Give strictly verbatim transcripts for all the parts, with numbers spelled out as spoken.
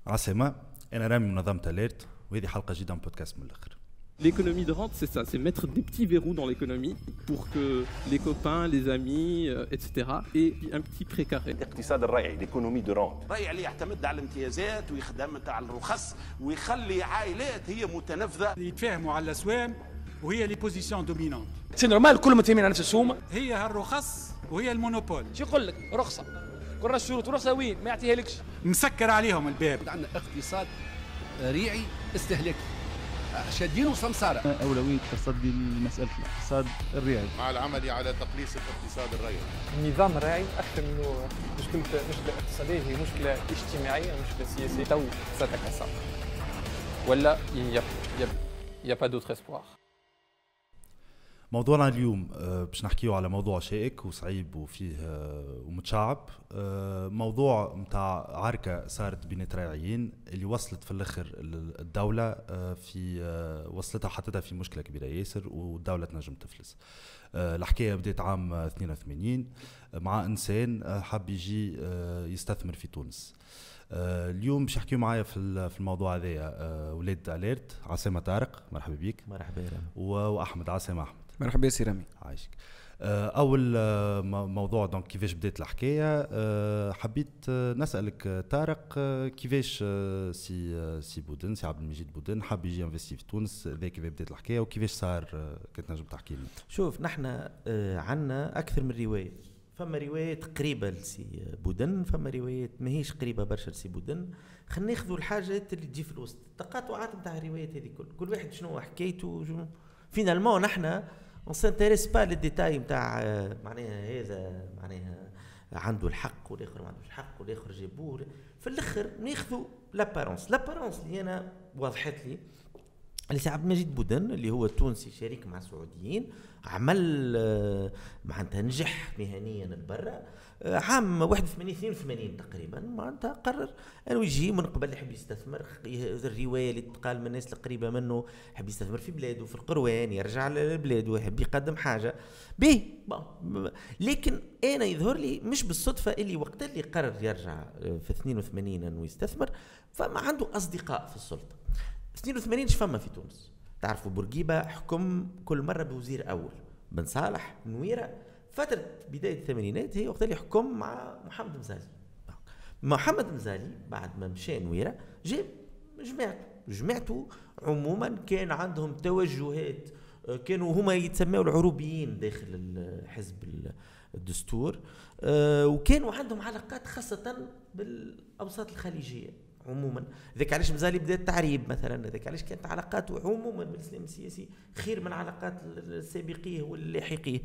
عسامة، أنا رامي منظمة أليرت وهذه حلقة جديدة من بودكاست من الآخر. L'économie de rente, c'est ça, c'est mettre des petits verrous dans l'économie pour que les copains, les amis, euh, et cetera aient un petit précaré. الاقتصاد الريعي، l'économie de rente. الريع اللي يعتمد على الامتيازات ويخدم على الرخص ويخلي عائلات هي متنفذة. يتفاهموا على الأسوام وهي لي بوزيسيون دومينانت. سي نورمال كلهم متفاهمين على نفس السومة. هي هالرخص وهي المونوبول. شو يقول لك رخصة؟ كل الشروط ورخصة وين؟ ما يعطيها لكش. مسكر عليهم الباب. عندنا اقتصاد ريعي استهلاكي. شادين وسمسارة. أولوية تصدي لمسألة الاقتصاد الريعي مع العمل على تقليص الاقتصاد الريعي. النظام الريعي أكثر منه مشكلة مشكلة اقتصادية، هي مشكلة اجتماعية مشكلة سياسية. تو ستتكسر ولا يا با دوتر اسبوار. موضوعنا اليوم باش نحكيو على موضوع شائك وصعيب وفيه ومتشعب، موضوع متاع عركة صارت بين الراعيين اللي وصلت في الاخر الدولة في وصلتها حطتها في مشكلة كبيرة ياسر والدولة تنجم تفلس. الحكاية بدأت عام اثنين وثمانين مع إنسان حاب يجي يستثمر في تونس. اليوم باش يحكيو معايا في في الموضوع هذايا ولاد أليرت. عسامة طارق، مرحبا بك. مرحبا يا رامي. وأحمد عسامة أحمد. مرحبا سي رامي. عايشك. أول موضوع دونك كيفاش بدأت الحكاية، حبيت نسألك طارق كيفاش سي سي بودن سي عبد المجيد بودن حب يجي انفستي في تونس، ذا كيف بدأت الحكاية وكيفاش صار، كنت نجم تحكي لنا؟ شوف، نحن عندنا أكثر من رواية. فما روايات قريبة لسي بودن، فما روايات ماهيش قريبة برشا لسي بودن. خلينا ناخذوا الحاجات اللي تجي في الوسط، التقاطعات نتاع الروايات هذه كل كل واحد شنو حكايته. شنو فينالمون نحن on s'intéresse pas les détails نتاع معناها هذا معناها عنده الحق والاخر ما عندوش الحق والاخر جابوه. في الاخر ناخذوا لابارونس لابارونس اللي انا وضحت لي اللي سي عبد المجيد بودن اللي هو تونسي شريك مع السعوديين، عمل معناتها نجح مهنيا لبرا. عام واحد وثمانين اثنين وثمانين تقريبا معناتها قرر انه يجي من قبل يحب يستثمر. الروايه اللي تقال من الناس القريبه منه يحب يستثمر في بلاده في القروان، يرجع لبلاده ويحب يقدم حاجه به. لكن انا يظهر لي مش بالصدفه اللي وقت اللي قرر يرجع في اثنين وثمانين انه يستثمر فما عنده اصدقاء في السلطه. اثنين وثمانين شفما في تونس، تعرفوا بورقيبه حكم كل مره بوزير اول، بن صالح نويره. فترة بداية الثمانينات هي وقت اللي حكم مع محمد مزالي. محمد مزالي بعد ما مشى نويرة جاب جماعته جماعته عموما كان عندهم توجهات، كانوا هما يتسموا العروبيين داخل الحزب الدستور، وكانوا عندهم علاقات خاصة بالأوساط الخليجية عموما. ذاك علاش مزالي بدا التعريب مثلا، ذاك علاش كانت علاقاته عموما بالإسلام السياسي خير من علاقات السابقيه واللاحقيه.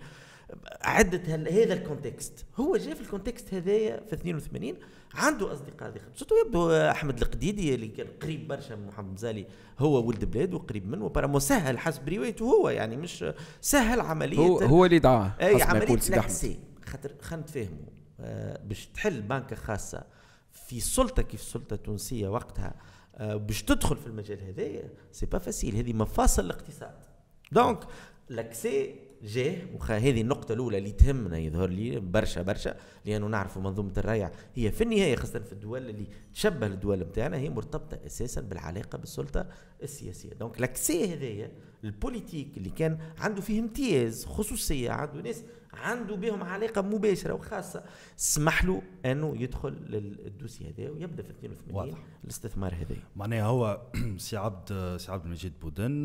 عدة هذا الكونتكست، هو جاء في الكونتكست هذايا في اثنين وثمانين عنده اصدقاء داخل صوته. يبدو احمد القديدي اللي كان قريب برشا من محمد مزالي، هو ولد بلاد وقريب منه، برا سهل حسب روايته هو، يعني مش سهل عمليه هو, هو اللي دعاه اي عمليه لاكسي. خاطر خلينا نتفاهموا آه باش تحل بنكه خاصه في سلطه كيف السلطه التونسيه وقتها آه باش تدخل في المجال هذايا سي با فاسيل. هذه مفاصل الاقتصاد. دونك لاكسي جاه، وهذه النقطة الأولى اللي تهمنا يظهر لي برشا برشا، لأنه نعرف منظومة الريع هي في النهاية خاصة في الدول اللي تشبه الدول متاعنا هي مرتبطة أساسا بالعلاقة بالسلطة السياسية. دونك لاكسي هذايا البوليتيك اللي كان عنده فيه امتياز خصوصية، عنده ناس عنده بهم علاقة مباشرة وخاصة، سمح له أنه يدخل للدوسي هذا ويبدأ في اثنين وثمانين الاستثمار هذا. معناها هو سي عبد سي عبد المجيد بودن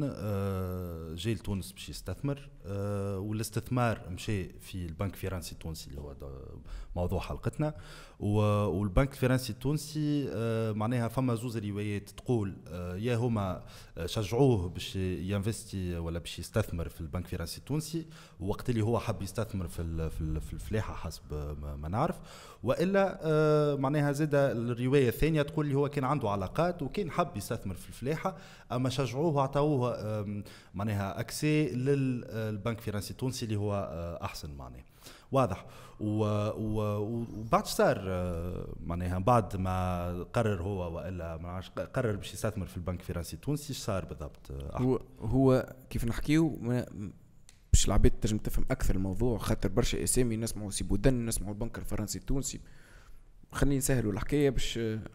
جاي لتونس باش يستثمر، والاستثمار مشي في البنك الفرنسي التونسي اللي هو موضوع حلقتنا. والبنك الفرنسي التونسي معناها فما زوز روايات تقول يا هما شجعوه باش ينفستي ولا باش يستثمر في البنك الفرنسي التونسي، ووقت اللي هو حب يستثمر في في الفلاحه حسب ما نعرف، والا معناها زاد الروايه الثانيه تقول لي هو كان عنده علاقات وكان حب يستثمر في الفلاحه، اما شجعوه وعطاوه معناها اكسي للبنك الفرنسي التونسي اللي هو احسن معناها واضح. وبعد صار معناها بعد ما قرر هو والا ما نعرفش قرر باش يستثمر في البنك الفرنسي التونسي، ايش صار بالضبط؟ هو هو كيف نحكيو باش العباد تنجم تفهم اكثر الموضوع، خاطر برشا اسامي نسمعوا سي بودن نسمعوا البنك الفرنسي التونسي. خليني نسهلوا الحكايه باش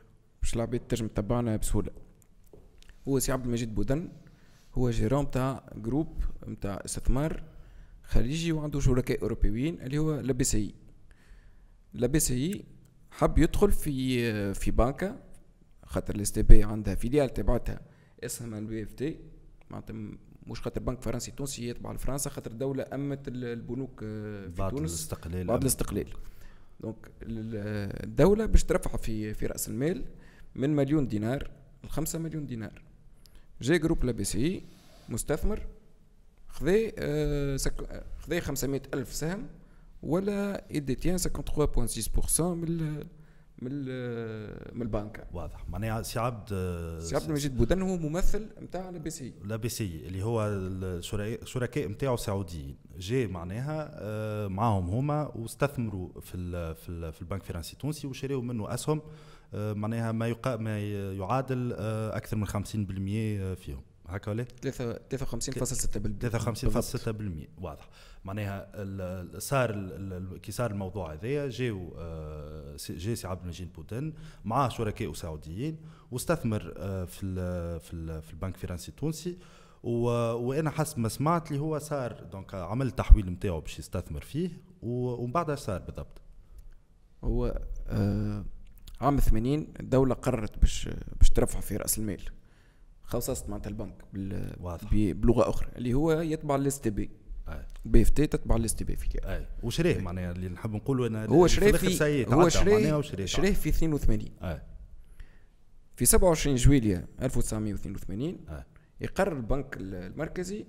باش العباد تنجم تتبعنا بسهوله. هو سي عبد المجيد بودن، هو جيران نتاع جروب نتاع استثمار خليجي وعنده شركاء اوروبيين اللي هو لا بي سي. لا بي سي حب يدخل في في بنكه، خاطر الاس تي بي عندها فيليال تبعتها اسمها البي اف تي، معناتها مش خاطر بنك فرنسي تونسي يتبع لفرنسا، خاطر الدوله امت البنوك في بعد تونس الاستقلال بعد الاستقلال. دونك الدوله باش ترفع في في راس المال من مليون دينار ل خمسة مليون دينار. جاي جروب لا بي سي مستثمر خذا خذا خمسمائة ألف سهم، ولا يديتيان ثلاثة وثلاثين فاصلة ستة بالمئة من من من البنكه. واضح. معناها سي عبد سي عبد المجيد بودن هو ممثل نتاع لا بي سي. لا بي سي اللي هو الشركاء نتاعو سعوديين، جاي معناها معاهم هما واستثمروا في ال في ال في البنك الفرنسي التونسي وشريوا منه اسهم معناها ما يقا ما يعادل اكثر من خمسين بالمئة فيهم، هكا ولا ثلاثة وخمسين فاصلة ستة بالمئة ثلاثة وخمسين فاصلة ستة بالمئة. واضح. معناها صار كي صار الموضوع هذايا جاو جاي سي عبد المجيد بودن مع شركاء سعوديين واستثمر في ال في ال في البنك الفرنسي التونسي، وانا حسب ما سمعت اللي هو صار دونك عمل التحويل نتاعو باش يستثمر فيه، ومن بعدها صار بالضبط. هو آه عام ثمانين الدوله قررت باش باش ترفع في راس المال، خصصت معناتها البنك بلغه اخرى اللي هو يتبع الاس تي بي. بي اف تي تتبع الاس تي بي في كده. اي وشريه معناها اللي نحب نقولوا انا هو شريه في هو شريه شريه في اثنين وثمانين. اي في سبعة وعشرين جويلية ألف وتسعمائة واثنين وثمانين أي. يقرر البنك المركزي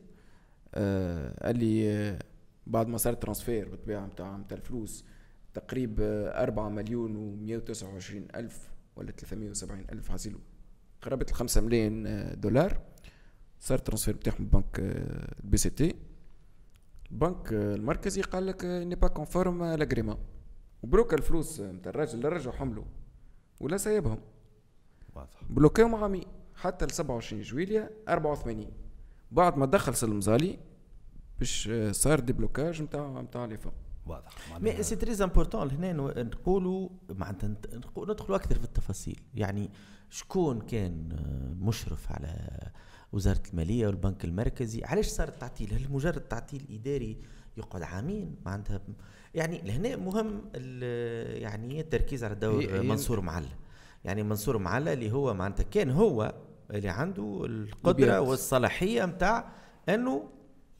آه اللي آه بعد ما صار ترانسفير بالطبيعه نتاع نتاع الفلوس تقريبا أربعة مليون ومئة وتسعة وعشرين ألف ولا ثلاثمائة وسبعين ألف حاسيلو قرابة الخمسة ملايين دولار، صار ترانسفير بتاعهم البنك البي سي تي. البنك المركزي قال لك ني با كونفورم لاغريمون، وبلوك الفلوس نتاع الراجل اللي رجعوا حملوا ولا سايبهم. واضح. بلوكاهم عامين حتى ل سبعة وعشرين جويلية أربعة وثمانين بعد ما دخل سلمزالي باش صار دي بلوكاج نتاع نتاع لي فون. واضح. مي سي تري امبورطون هنا نقولوا معناتها ندخلوا اكثر في التفاصيل. يعني شكون كان مشرف على وزارة المالية والبنك المركزي؟ علاش صار التعطيل؟ هل مجرد تعطيل إداري يقعد عامين معناتها؟ يعني لهنا مهم يعني التركيز على دور منصور معلة. يعني منصور معلة اللي هو معناتها كان هو اللي عنده القدرة والصلاحية متاع أنه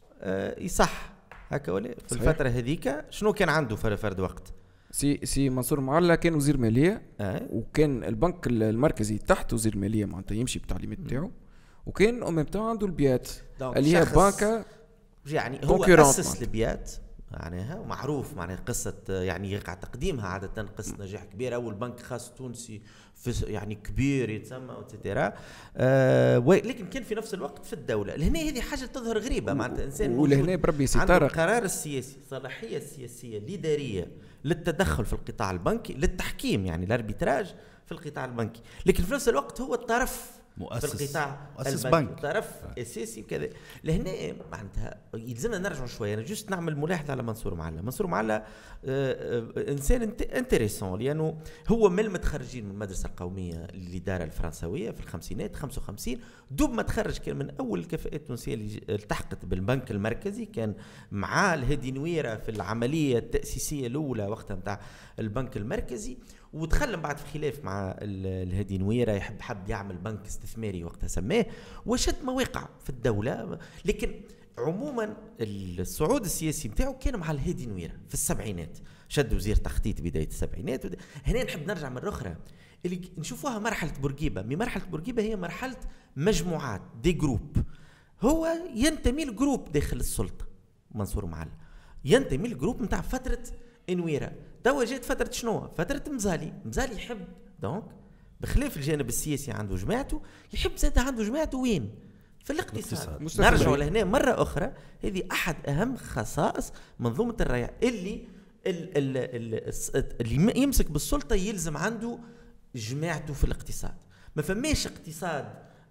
يصح هكا ولا في الفترة هذيك. شنو كان عنده في فرد وقت؟ سي سي منصور معلة كان وزير مالية أه؟ وكان البنك المركزي تحت وزير المالية معناتها يمشي بالتعليمات نتاعو، وكان أم بتاعه عنده البيات اللي هي بنكة يعني هو أسس البيات معناها ومعروف معناها قصة يعني يقع تقديمها عادة قصة نجاح كبير. أول بنك خاص تونسي في يعني كبير يتسمى وتترى آه لكن كان في نفس الوقت في الدولة. لهنا هذه حاجة تظهر غريبة معناتها إنسان ولهنا بربي ستارة عنده القرار السياسي الصلاحية السياسية الإدارية للتدخل في القطاع البنكي للتحكيم يعني الاربيتراج في القطاع البنكي، لكن في نفس الوقت هو الطرف مؤسس في القطاع مؤسس البنكي بنك طرف اساسي وكذا. لهنا معناتها يلزمنا نرجع شويه. انا جست نعمل ملاحظه على منصور معلة. منصور معلة آه آه انسان انتريسون لانه هو من المتخرجين من المدرسه القوميه للاداره الفرنسويه في الخمسينات خمسة وخمسين. دوب ما تخرج كان من اول الكفاءات التونسيه اللي التحقت بالبنك المركزي، كان مع الهادي نويره في العمليه التاسيسيه الاولى وقتها نتاع البنك المركزي، ودخل بعد في خلاف مع الهادي نويره يحب حب يعمل بنك استثماري وقتها سماه، وشد مواقع في الدوله. لكن عموما الصعود السياسي نتاعو كان مع الهادي نويره في السبعينات، شد وزير تخطيط بدايه السبعينات. هنا نحب نرجع مره اخرى اللي نشوفوها مرحله بورقيبه. من مرحله بورقيبه هي مرحله مجموعات دي جروب، هو ينتمي لجروب داخل السلطه. منصور معلة ينتمي لجروب نتاع فتره نويره. توا جات فتره شنو؟ فتره مزالي. مزالي يحب دونك بخلاف الجانب السياسي عنده جماعته، يحب زاد عنده جماعته وين؟ في الاقتصاد. نرجعوا لهنا مره اخرى، هذه احد اهم خصائص منظومه الريع اللي ال ال ال اللي يمسك بالسلطه يلزم عنده جماعته في الاقتصاد. ما فماش اقتصاد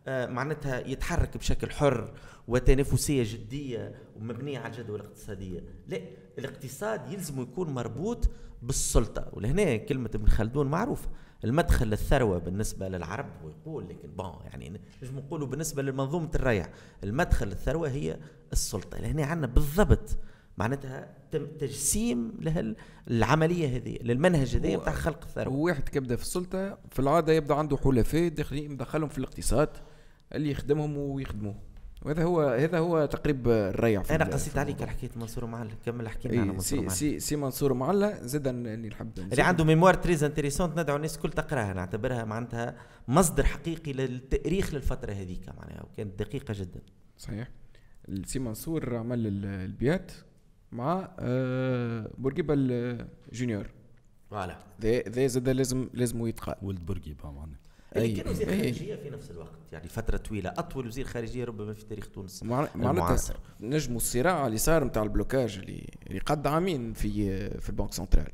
آه معناتها يتحرك بشكل حر وتنافسيه جديه ومبنيه على الجدوى الاقتصاديه. لا، الاقتصاد يلزم يكون مربوط بالسلطه. ولهنا كلمه ابن خلدون معروفه، المدخل للثروه بالنسبه للعرب ويقول، لكن بون يعني نجم نقولوا بالنسبه لمنظومه الريع المدخل للثروه هي السلطه. لهنا عندنا بالضبط معناتها تجسيم للعمليه هذه، للمنهج هذا نتاع خلق الثروه. واحد كيبدا في السلطه في العاده يبدا عنده حلفاء داخلين مدخلهم في الاقتصاد اللي يخدمهم ويخدموه، وهذا هو هذا هو تقريب الريع. انا قصيت عليك على حكايه منصور معلّة، كمل حكينا على منصور معلّة. سي سي منصور معلّة زاد اللي نحب اللي عنده ميموار تريز انتريسونت، ندعو الناس الكل تقراها، نعتبرها معناتها مصدر حقيقي للتاريخ للفتره هذيك معناها، وكانت دقيقه جدا. صحيح. سي منصور عمل البيات مع آه بورقيبه الجونيور. فوالا ذا ذا زاد لازم لازم يتقال ولد بورقيبه معناها. اللي كان وزير خارجيه في نفس الوقت، يعني فتره طويله، اطول وزير خارجيه ربما في تاريخ تونس المعاصر. نجموا الصراع اللي صار نتاع البلوكاج اللي اللي قد عامين في في البنك سنترال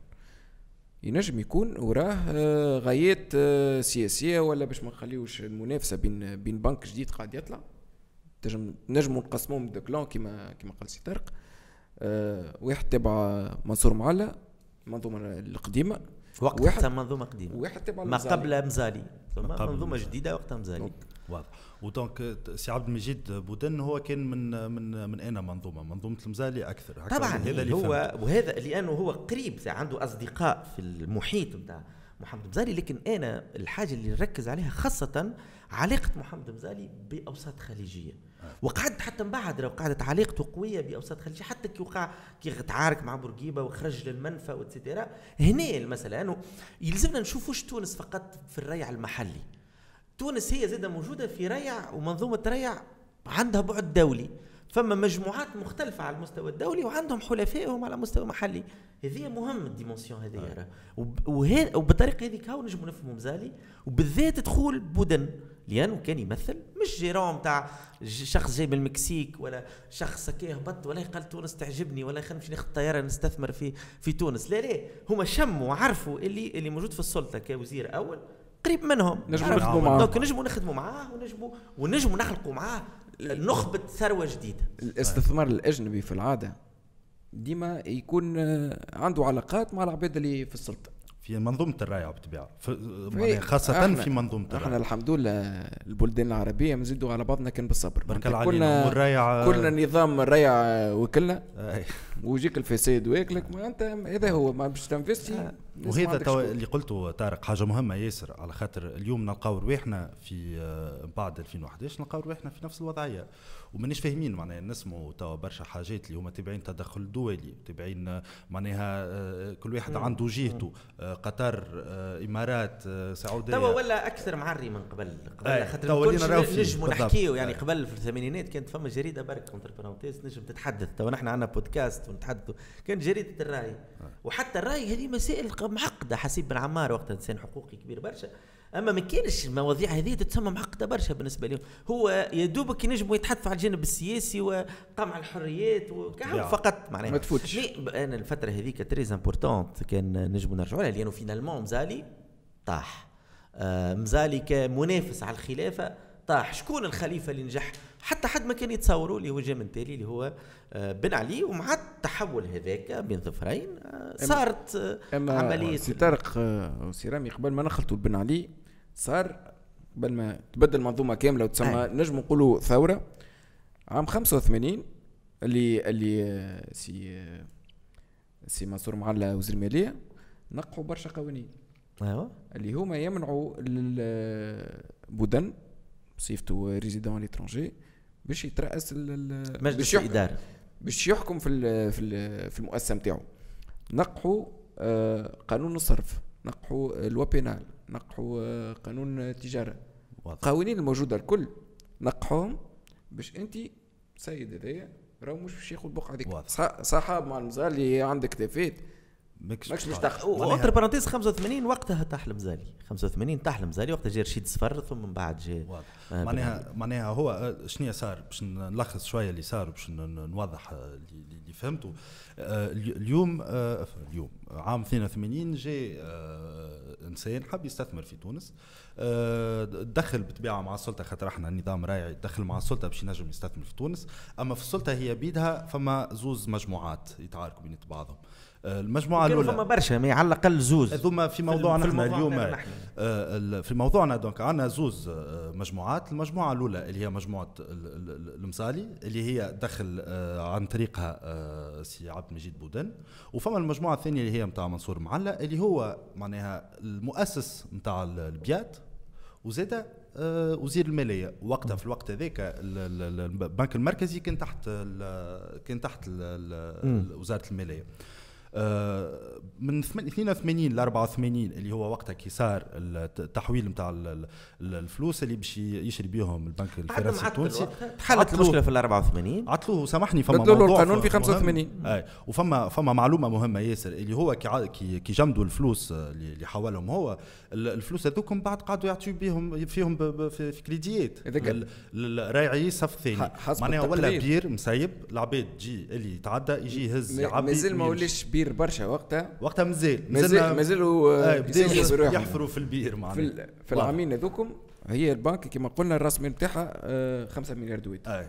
ينجم يكون وراه غايات سياسيه، ولا باش ما نخليوش المنافسه بين بين بنك جديد قاعد يطلع. نجم نجموا نقسموهم دو كلون كما كما قال سي طارق. أه واحد تبع منصور معلّة المنظومه القديمه، وقتها منظومه قديمه، واحد تبع ما قبل مزالي، ثم منظومه جديده وقتها مزالي. واضح. ودونك سي عبد المجيد بودن هو كان من من من انا منظومه منظومه المزالي اكثر طبعا. هذا اللي هو وهذا لانه هو قريب، عنده اصدقاء في المحيط نتاع محمد مزالي. لكن انا الحاجه اللي نركز عليها خاصه علاقه محمد مزالي باوساط خليجيه، وقعد حتى من بعد لو قعدت علاقته قويه باوساط خليجيه، حتى كي وقع كي تعارك مع بورقيبه وخرج للمنفى وتسيتيرا. هنا المساله انه يلزمنا نشوفوش تونس فقط في الريع المحلي، تونس هي زاده موجوده في ريع ومنظومه ريع عندها بعد دولي، فما مجموعات مختلفه على المستوى الدولي وعندهم حلفائهم على مستوى محلي. هذه مهم الديمونسيون هذه، وهذا وبالطريقه هذيك هاو نجموا نفهموا مزالي، وبالذات دخول بودن لانه كان يمثل مش جيران تاع شخص جاي من المكسيك ولا شخص كي هبط ولا قال تونس تعجبني ولا خلينا نمشي ناخذ طياره نستثمر في في تونس. لا لا، هما شموا وعرفوا اللي اللي موجود في السلطه كوزير اول قريب منهم، نجموا نخدموا معاه، دونك نجموا نخدموا معاه ونجموا ونجموا نخلقوا معاه نخبه ثروه جديده. الاستثمار الاجنبي في العاده ديما يكون عنده علاقات مع العباد اللي في السلطه في منظومه الريع بالطبيعه، خاصه في منظومه الريع. احنا الحمد لله البلدان العربيه نزيدوا على بعضنا كان بالصبر، برك الله علينا. كلنا كلنا نظام الريع وكلنا ويجيك الفساد وياكلك، ما انت هذا هو ما باش تنفستي. وهذا تو اللي قلته طارق حاجه مهمه ياسر، على خاطر اليوم نلقاو رواحنا في بعد ألفين وأحد عشر نلقاو رواحنا في نفس الوضعيه، ومانيش فاهمين معناها نسمعوا توا برشا حاجات اللي هما تابعين تدخل دولي، تابعين معناها كل واحد عنده جهته، قطر، امارات، سعوديه. توا ولا اكثر معري من قبل قبل خاطر نجموا نحكيو يعني. قبل في الثمانينات كانت فما جريده برك كونتر بارونتيز نجم تتحدث، توا نحن عندنا بودكاست ونتحدثوا، كانت جريده الراي. وحتى الراي هذه مسائل معقده، حسيب بن عمار وقتها انسان حقوقي كبير برشا، اما ما كانش المواضيع هذه تتسمى معقده برشا بالنسبه لهم. هو يا دوبك ينجموا يتحدثوا على الجانب السياسي وقمع الحريات وكهو فقط معناها ما تفوتش. انا الفتره هذيك تريز امبورطونت كان نجموا نرجعوا لها، لانه فينالمون مزالي طاح. آه مزالي كمنافس على الخلافه طاح. شكون الخليفه اللي نجح؟ حتى حد ما كان يتصوروا اللي هو جامنتالي اللي هو آه بن علي. ومع التحول هذاك بين ظفرين آه صارت آه عمليه. سي طارق وسي رامي قبل ما نخلطوا بن علي صار قبل ما تبدل منظومه كامله وتسمى نجم نقولوا ثوره عام خمسة وثمانين اللي اللي سي سي منصور معلّة وزير الماليه نقحوا برشا قوانين ايوا اللي هما يمنعوا بودن صيفته ريزيدون ليترونجي باش يترأس مجلس الاداره باش يحكم في في في المؤسسه نتاعو. نقحوا قانون الصرف، نقحوا الوا بينال، نقحوا قانون التجاره، القوانين الموجوده الكل نقحوهم باش انت سيد هذايا راهو مش باش ياخذ البقعه هذيك. صحاب مع المزال اللي عندك كتافات ماكش ماكش باش تاخذ. اوتر بارونتيز خمسة وثمانين وقتها تحلم زالي خمسة وثمانين تحلم زالي وقتها جا رشيد صفر ثم من بعد جا آه معناها معناها هو شنو صار باش نلخص شويه اللي صار باش نوضح اللي فهمته. آه اليوم آه اليوم عام اثنين وثمانين جاء آه انسان حب يستثمر في تونس، آه دخل بالطبيعه مع السلطه خاطر احنا نظام رايعي، دخل مع السلطه باش ينجم يستثمر في تونس. اما في السلطه هي بيدها فما زوز مجموعات يتعاركوا بين بعضهم. المجموعه الاولى فما برشا ما على الاقل زوز هذوما في موضوعنا احنا اليوم. آه في موضوعنا دونك عندنا زوز مجموعات. المجموعه الاولى اللي هي مجموعه المصالي اللي هي دخل عن طريقها سي عبد المجيد بودن، وفما المجموعه الثانيه اللي هي نتاع منصور معلة اللي هو معناها المؤسس نتاع البيات وزاده وزير الماليه. وقتها في الوقت هذاك البنك المركزي كان تحت كان تحت وزاره الماليه. من اثنين وثمانين ل أربعة وثمانين اللي هو وقتها كي صار التحويل نتاع الفلوس اللي باش يشري بهم البنك الفرنسي التونسي، حلت المشكله في ال أربعة وثمانين. عطلوه سامحني فما موضوع القانون في خمسة وثمانين. اي وفما فما معلومه مهمه ياسر اللي هو كي كي جمدوا الفلوس اللي حولهم هو الفلوس هذوكم بعد قعدوا يعطيو بهم فيهم في كريديات الرايعي صف ثاني معناها ولا بير مسيب العباد تجي اللي يتعدى يجي يهز يعبي. مازال ما وليش بير برشا وقتها وقتها مازال مازال مازالوا بداو يحفروا في البير معناها في, في العامين هذوكم. هي البنك كما قلنا الراس مال نتاعها خمسة مليار دويت. اي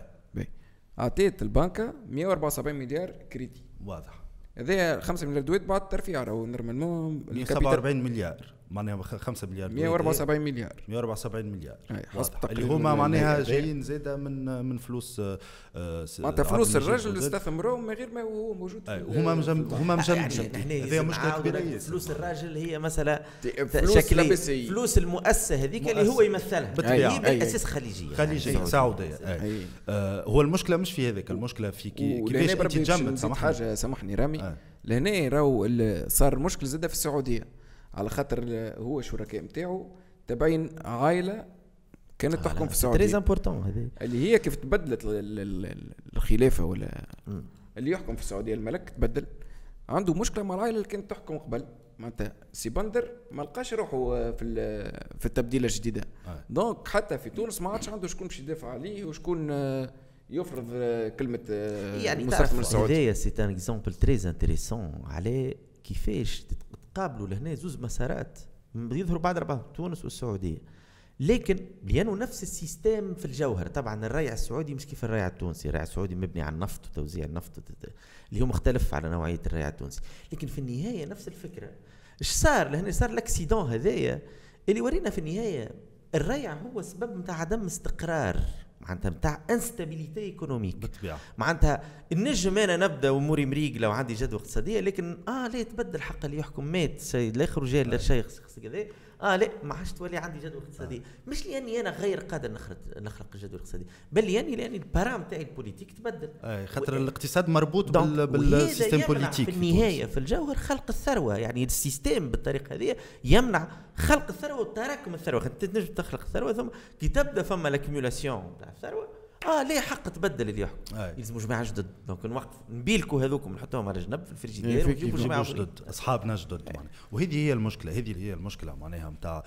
عطيت البنكه مئة وأربعة وسبعين مليار كريدي. واضح. هذا خمسة مليار دويت بعد الترفيه راهو نورمالمون مئة وسبعة وأربعين مليار معناها خمسة مليار مئة وأربعة وسبعين مليار مئة وأربعة وسبعين مليار اللي هما معناها جايين زاده من من فلوس معناتها فلوس الرجل اللي استثمروا من غير ما هو موجود. هما مجم هما مجمدين. هذه مشكله كبيره. فلوس الراجل هي مساله شكليه. فلوس المؤسسه هذيك اللي هو يمثلها هي بالاساس خليجيه خليجيه سعوديه. هو المشكله مش في هذاك، المشكله في كيفاش انت تجمد. حاجه سامحني رامي لهنا راهو صار المشكل زاده في السعوديه على خاطر هو الشركاء نتاعو تبين عائله كانت تحكم في السعوديه تري امبورطون هذه اللي هي كيف تبدلت الخلافه ولا م. اللي يحكم في السعوديه الملك تبدل عنده مشكله مع العائله اللي كانت تحكم قبل. معناتها سي بندر ما لقاش روحه في في التبديله الجديده. آه. دونك حتى في تونس ما عادش عنده شكون باش يدافع عليه وشكون يفرض كلمه يعني المستثمر السعودي. هذايا سي ان اكزومبل تري انتريسون على كيفاش قابلوا لهنا زوز مسارات يظهروا بعد أربعة تونس والسعوديه، لكن بيانوا نفس السيستم في الجوهر. طبعا الريع السعودي مش كيف الريع التونسي، الريع السعودي مبني على النفط وتوزيع النفط اللي هو مختلف على نوعيه الريع التونسي، لكن في النهايه نفس الفكره. ايش صار لهنا؟ صار الاكسيدون هذايا اللي ورينا في النهايه الريع هو سبب نتاع عدم استقرار، معناتها نتاع انستابيليتي ايكونوميك. معناتها النجم انا نبدا واموري مريقله وعندي جدوى اقتصاديه، لكن اه ليه تبدل حق اللي يحكم مات السيد الاخر وجاء للشيخ كذا اه لا ما عادش تولي عندي جدوى اقتصاديه. آه. مش لاني انا غير قادر نخرج نخلق الجدوى الاقتصاديه، بل لاني لاني البارام تاعي البوليتيك تبدل. اي خاطر و... الاقتصاد مربوط بال... بالسيستم بوليتيك في النهايه في الجوهر خلق الثروه، يعني السيستم بالطريقه هذه يمنع خلق الثروه وتراكم الثروه. انت تنجم تخلق الثروه ثم كي تبدا فما لاكيمولاسيون تاع الثروه اه ليه حق تبدل اللي يحكم. يلزموا جماعه جدد، دونك نوقف نبيلكوا هذوكم نحطوهم على جنب في الفريجيدير ونجيبوا جماعه جدد اصحابنا جدد معناها. وهذه هي المشكله، هذه هي المشكله معناها نتاع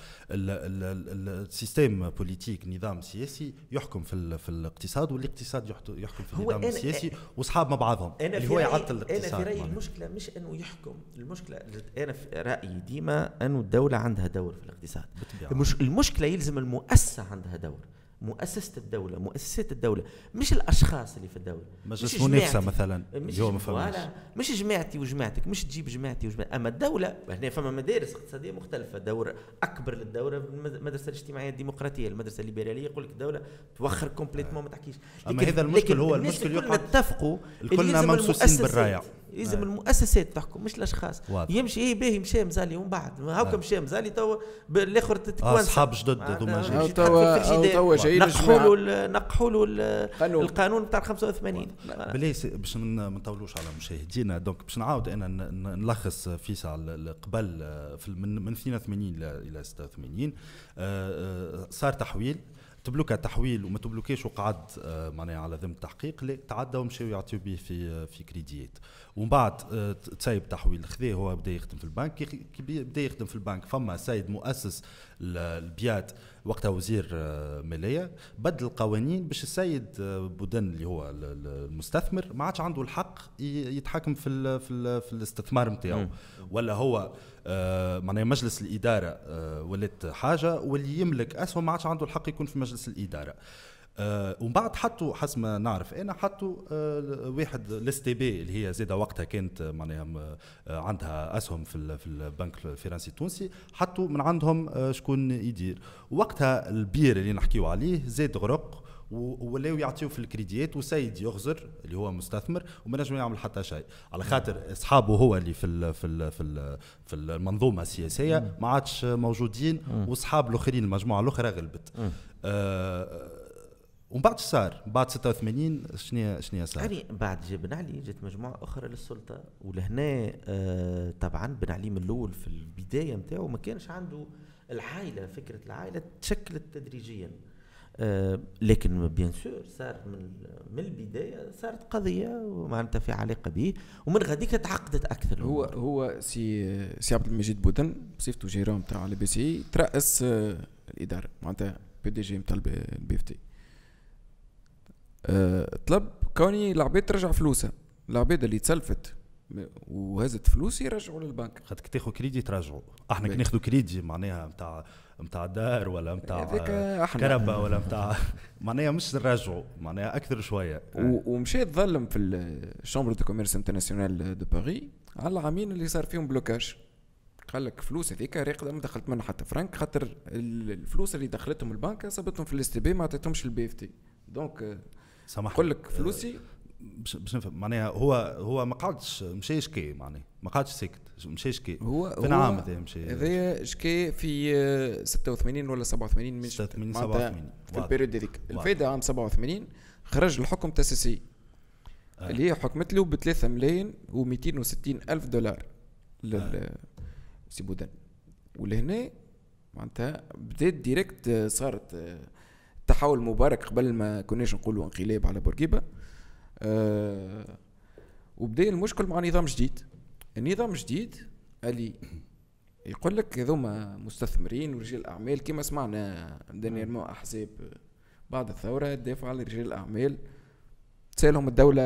السيستم بوليتيك، نظام سياسي يحكم في في الاقتصاد والاقتصاد يحكم في النظام السياسي واصحاب مع بعضهم اللي هو يعطل الاقتصاد. انا في رايي المشكله مش انه يحكم، المشكله انا في رايي ديما انه الدوله عندها دور في الاقتصاد. مش المشكله يلزم المؤسسه عندها دور، مؤسسة الدولة، مؤسسات الدولة، مش الأشخاص اللي في الدولة. مش منافسة مثلا اليوم ما فهمش. مش جماعتي وجماعتك، مش تجيب جماعتي وجماعتك. أما الدولة هنا فما مدارس اقتصادية مختلفة، دور أكبر للدولة المدرسة الاجتماعية الديمقراطية، المدرسة الليبرالية يقول لك الدولة توخر كومبليتمون ما تحكيش. أما هذا المشكل هو المشكل يقع نتفقوا كلنا ممسوسين بالرايع. يلزم المؤسسات تحكم مش الاشخاص. يمشي ايه باهي مشى مزالي ومن بعد هاكا مشى مزالي تو الاخر تتكون اصحاب جدد هذوما توا نقحوا له نقحوا له القانون بتاع خمسة وثمانين. بليس باش ما نطولوش على مشاهدينا، دونك باش نعاود انا نلخص فيسع قبل من من اثنين وثمانين الى ستة وثمانين صار تحويل. تبلوكا تحويل وما تبلوكيش وقعد آه معناها على ذم التحقيق، لا تعدوا ومشاو يعطيو به في في كريديات، ومن بعد آه تسايب تحويل خذاه هو بدا يخدم في البنك. كي بدا يخدم في البنك فما سيد مؤسس البيات وقتها وزير آه ماليه بدل القوانين باش السيد آه بودن اللي هو المستثمر ما عادش عنده الحق يتحكم في ال في, ال في الاستثمار نتاعو، ولا هو آه معناها مجلس الاداره آه ولات حاجه، واللي يملك اسهم ما عادش عنده الحق يكون في مجلس الاداره. آه ومن بعد حطوا حسب ما نعرف انا حطوا آه واحد الاس تي بي اللي هي زاده وقتها كانت معناها آه عندها اسهم في في البنك الفرنسي التونسي، حطوا من عندهم آه شكون يدير. وقتها البير اللي نحكيو عليه زاد غرق ولاو يعطيو في الكريديات، وسيد يغزر اللي هو مستثمر وما نجم يعمل حتى شيء على خاطر اصحابه هو اللي في ال في ال في ال في المنظومه السياسيه ما عادش موجودين، واصحاب الاخرين المجموعه الاخرى غلبت. آه ومن بعد صار بعد ستة وثمانين شنو شنو صار؟ يعني بعد بن علي جت مجموعه اخرى للسلطه، ولهنا آه طبعا بن علي من الاول في البدايه نتاعو ما كانش عنده العائله، فكره العائله تشكلت تدريجيا. آه لكن بيان سور صار من من البدايه صارت قضيه معناتها في علاقه به، ومن غاديك تعقدت اكثر. هو هو سي سي عبد المجيد بودن بصفته جيران تاع البي سي ترأس آه الاداره معناتها بي دي جي نتاع البي اف تي. أه طلب كوني العباد ترجع فلوسها، العباد اللي تسلفت وهزت فلوس يرجعوا للبنك. خاطر كي تاخذ كريدي ترجعوا، احنا كي ناخذ كريدي معناها نتاع نتاع دار ولا نتاع كهرباء ولا نتاع معناها مش نرجعوا معناها اكثر شويه. ومشيت ظلم في الشامبر دو كوميرس انترناسيونال دو باري على العامين اللي صار فيهم بلوكاج. قال لك فلوس هذيك راقده ما دخلت منها حتى فرانك، خاطر الفلوس اللي دخلتهم البنك صابتهم في الاس تي بي ما عطيتهمش للبي اف تي. دونك سامحني نقول لك فلوسي باش نفهم معناها هو هو ما قعدش مشى شكي معناها ما قعدش سكت مشى شكي. هو في عام هذا مشى هذا شكي في ستة وثمانين ولا سبعة وثمانين من ستة وثمانين سبعة وثمانين في البيريود هذيك. الفايده عام سبعة وثمانين خرج الحكم تاسيسي آه. اللي هي حكمت له ب ثلاثة ملايين ومئتين وستين ألف دولار لل سي بودن. ولهنا معناتها بدات ديريكت صارت تحول مبارك قبل ما كناش نقولوا انقلاب على بورقيبه. أه وبدا المشكل مع نظام جديد. النظام الجديد اللي يقول لك هذوما مستثمرين ورجال اعمال كما سمعنا دانييرمون احزاب بعد الثوره دافعوا على رجال الاعمال تسالهم الدوله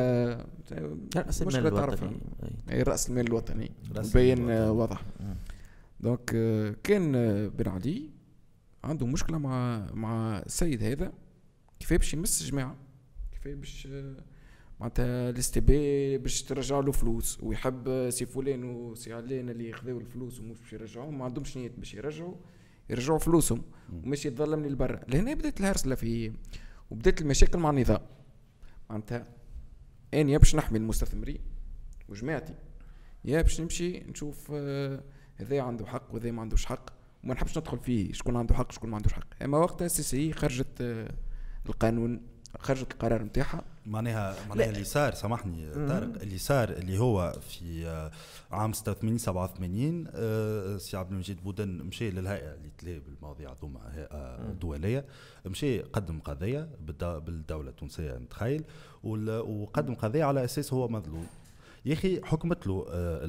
رأس المال الوطني اي رأس المال الوطني مبين واضح. دونك كان بن علي عنده مشكله مع مع السيد هذا كيف باش يمس جماعه، كيف باش معناتها الاس تي بي باش ترجع له فلوس، ويحب سي فلان وسي علان اللي ياخذوا الفلوس ومش باش يرجعوهم ما عندهمش نيه باش يرجعوا يرجعوا فلوسهم ومش يتظلمني لبرا. لهنا بدات الهرسله في وبدات المشاكل مع النظام. معناتها اني يا باش نحمي المستثمرين وجماعتي يا باش نمشي نشوف آه هذا عنده حق وهذا ما عندوش حق، وما نحبش ندخل فيه شكون عنده حق شكون ما عندوش حق. اما وقتها السي سي خرجت آه القانون خرجت القرار نتاعها معناها معناها اللي صار سامحني طارق اللي صار اللي هو في عام ستة وثمانين سبعة وثمانين آه سي عبد المجيد بودن مشى للهيئه اللي تلي بالمواضيع هذوما هيئه دوليه، مشى قدم قضيه بالدوله التونسيه نتخيل، وقدم قضيه على اساس هو مظلوم. يا اخي حكمت له